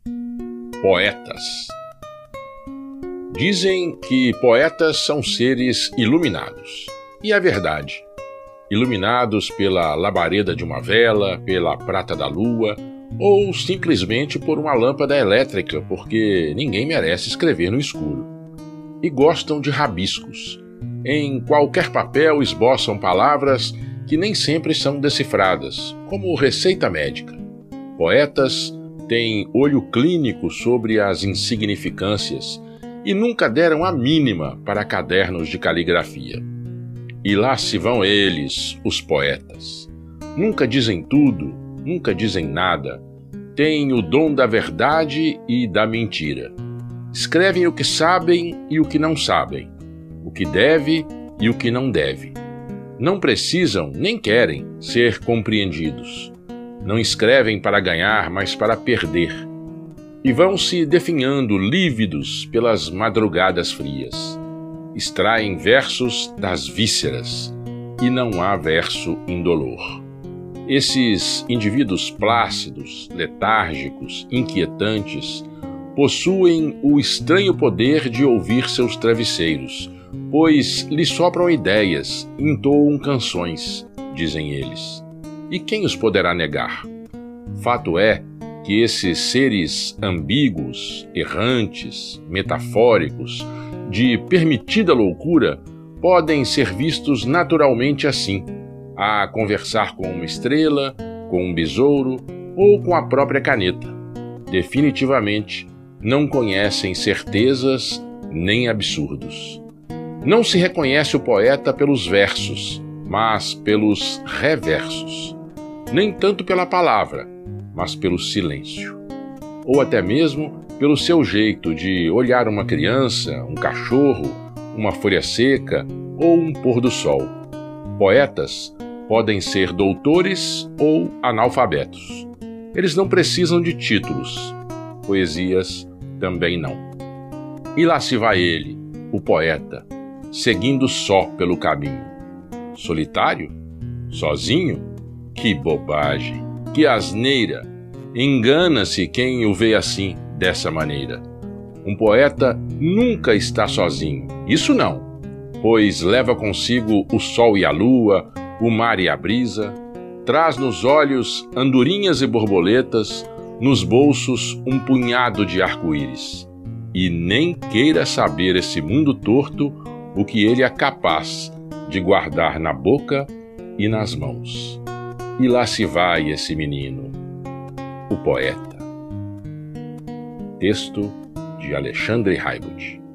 Poetas. Dizem que poetas são seres iluminados. E é verdade. Iluminados pela labareda de uma vela, pela prata da lua, ou simplesmente por uma lâmpada elétrica, porque ninguém merece escrever no escuro. E gostam de rabiscos. Em qualquer papel esboçam palavras que nem sempre são decifradas, como receita médica. Poetas têm olho clínico sobre as insignificâncias e nunca deram a mínima para cadernos de caligrafia. E lá se vão eles, os poetas. Nunca dizem tudo, nunca dizem nada. Têm o dom da verdade e da mentira. Escrevem o que sabem e o que não sabem, o que deve e o que não deve. Não precisam, nem querem, ser compreendidos. Não escrevem para ganhar, mas para perder. E vão se definhando lívidos pelas madrugadas frias. Extraem versos das vísceras, e não há verso indolor. Esses indivíduos plácidos, letárgicos, inquietantes, possuem o estranho poder de ouvir seus travesseiros, pois lhes sopram ideias, entoam canções, dizem eles. E quem os poderá negar? Fato é que esses seres ambíguos, errantes, metafóricos, de permitida loucura, podem ser vistos naturalmente assim, a conversar com uma estrela, com um besouro ou com a própria caneta. Definitivamente, não conhecem certezas nem absurdos. Não se reconhece o poeta pelos versos, mas pelos reversos. Nem tanto pela palavra, mas pelo silêncio. Ou até mesmo pelo seu jeito de olhar uma criança, um cachorro, uma folha seca ou um pôr do sol. Poetas podem ser doutores ou analfabetos. Eles não precisam de títulos. Poesias também não. E lá se vai ele, o poeta, seguindo só pelo caminho. Solitário? Sozinho? Que bobagem! Que asneira! Engana-se quem o vê assim, dessa maneira. Um poeta nunca está sozinho. Isso não, pois leva consigo o sol e a lua, o mar e a brisa, traz nos olhos andorinhas e borboletas, nos bolsos um punhado de arco-íris. E nem queira saber esse mundo torto o que ele é capaz de guardar na boca e nas mãos. E lá se vai esse menino, o poeta. Texto de Alexandre Raibutt.